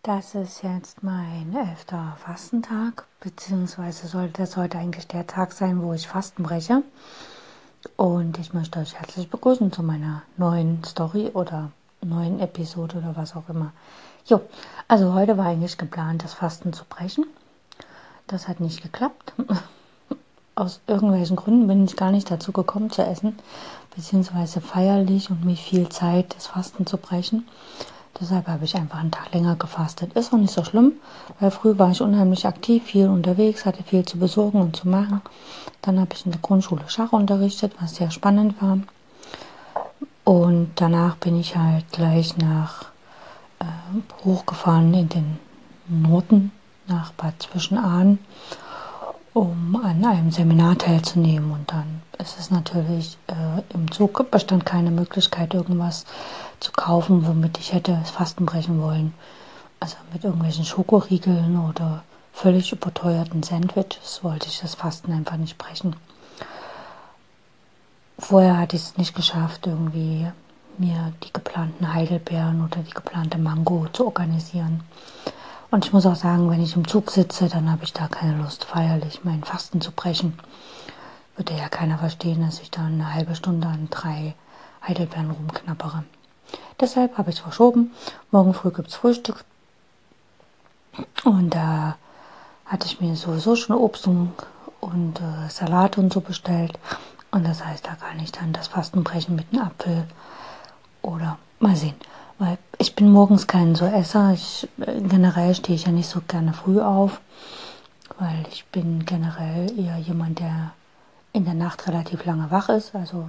Das ist jetzt mein 11. Fastentag, beziehungsweise sollte das heute eigentlich der Tag sein, wo ich Fasten breche. Und ich möchte euch herzlich begrüßen zu meiner neuen Story oder neuen Episode oder was auch immer. Jo, also heute war eigentlich geplant, das Fasten zu brechen. Das hat nicht geklappt. Aus irgendwelchen Gründen bin ich gar nicht dazu gekommen zu essen, beziehungsweise feierlich und mit viel Zeit das Fasten zu brechen. Deshalb habe ich einfach einen Tag länger gefastet. Ist auch nicht so schlimm, weil früh war ich unheimlich aktiv, viel unterwegs, hatte viel zu besorgen und zu machen. Dann habe ich in der Grundschule Schach unterrichtet, was sehr spannend war. Und danach bin ich halt gleich hochgefahren in den Norden, nach Bad Zwischenahn, um an einem Seminar teilzunehmen. Und dann ist es natürlich, im Zug bestand keine Möglichkeit, irgendwas zu kaufen, womit ich hätte das Fasten brechen wollen. Also mit irgendwelchen Schokoriegeln oder völlig überteuerten Sandwiches wollte ich das Fasten einfach nicht brechen. Vorher hatte ich es nicht geschafft, irgendwie mir die geplanten Heidelbeeren oder die geplante Mango zu organisieren. Und ich muss auch sagen, wenn ich im Zug sitze, dann habe ich da keine Lust, feierlich mein Fasten zu brechen. Würde ja keiner verstehen, dass ich da eine halbe Stunde an 3 Heidelbeeren rumknappere. Deshalb habe ich es verschoben. Morgen früh gibt es Frühstück. Und da hatte ich mir sowieso schon Obst und Salat und so bestellt. Und das heißt, da kann ich dann das Fasten brechen mit einem Apfel oder mal sehen. Weil ich bin morgens kein so Esser. Generell stehe ich ja nicht so gerne früh auf, weil ich bin generell eher jemand, der in der Nacht relativ lange wach ist. Also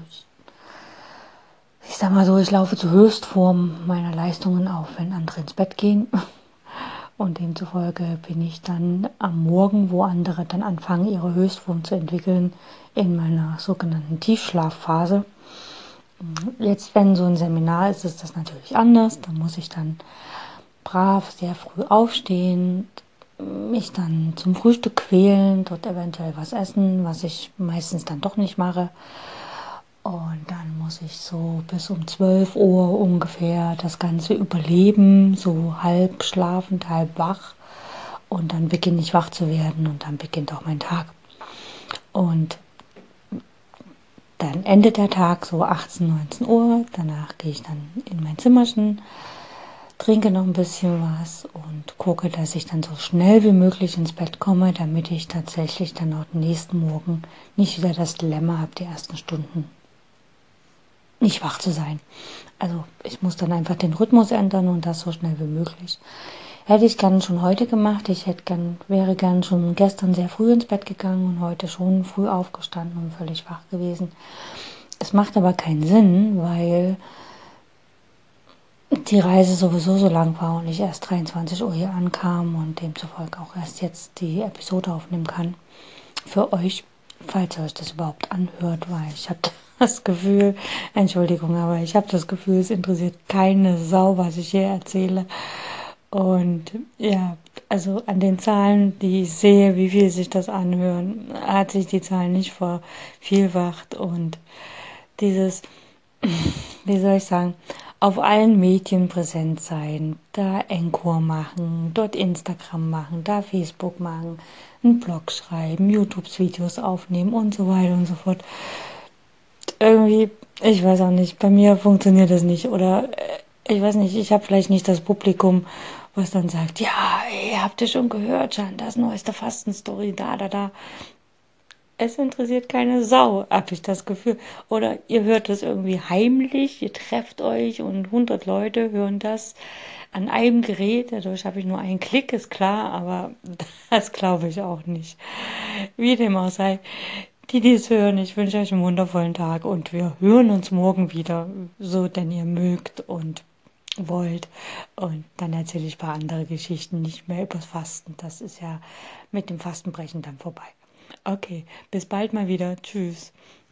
ich sag mal so, ich laufe zur Höchstform meiner Leistungen auf, wenn andere ins Bett gehen. Und demzufolge bin ich dann am Morgen, wo andere dann anfangen, ihre Höchstform zu entwickeln, in meiner sogenannten Tiefschlafphase. Jetzt, wenn so ein Seminar ist, ist das natürlich anders. Da muss ich dann brav sehr früh aufstehen, mich dann zum Frühstück quälen, dort eventuell was essen, was ich meistens dann doch nicht mache. Und dann muss ich so bis um 12 Uhr ungefähr das Ganze überleben, so halb schlafend, halb wach. Und dann beginne ich wach zu werden und dann beginnt auch mein Tag. Und dann endet der Tag so 18, 19 Uhr. Danach gehe ich dann in mein Zimmerchen, trinke noch ein bisschen was und gucke, dass ich dann so schnell wie möglich ins Bett komme, damit ich tatsächlich dann auch den nächsten Morgen nicht wieder das Dilemma habe, die ersten Stunden nicht wach zu sein. Also ich muss dann einfach den Rhythmus ändern und das so schnell wie möglich. Hätte ich gern schon heute gemacht. Wäre gern schon gestern sehr früh ins Bett gegangen und heute schon früh aufgestanden und völlig wach gewesen. Es macht aber keinen Sinn, weil die Reise sowieso so lang war und ich erst 23 Uhr hier ankam und demzufolge auch erst jetzt die Episode aufnehmen kann. Für euch, falls ihr euch das überhaupt anhört, weil ich habe das Gefühl, Entschuldigung, aber ich habe das Gefühl, es interessiert keine Sau, was ich hier erzähle. Und ja, also an den Zahlen, die ich sehe, wie viel sich das anhören, hat sich die Zahl nicht vervielfacht. Und dieses, wie soll ich sagen, auf allen Medien präsent sein, da Encore machen, dort Instagram machen, da Facebook machen, einen Blog schreiben, YouTube-Videos aufnehmen und so weiter und so fort. Irgendwie, ich weiß auch nicht, bei mir funktioniert das nicht. Oder ich weiß nicht, ich habe vielleicht nicht das Publikum, was dann sagt, ja, ey, habt ihr schon gehört, Jan, das neueste Fastenstory, da. Es interessiert keine Sau, habe ich das Gefühl. Oder ihr hört das irgendwie heimlich, ihr trefft euch und 100 Leute hören das an einem Gerät. Dadurch habe ich nur einen Klick, ist klar, aber das glaube ich auch nicht. Wie dem auch sei, die es hören, ich wünsche euch einen wundervollen Tag und wir hören uns morgen wieder, so denn ihr mögt und wollt. Und dann erzähle ich ein paar andere Geschichten, nicht mehr übers Fasten. Das ist ja mit dem Fastenbrechen dann vorbei. Okay, bis bald mal wieder. Tschüss.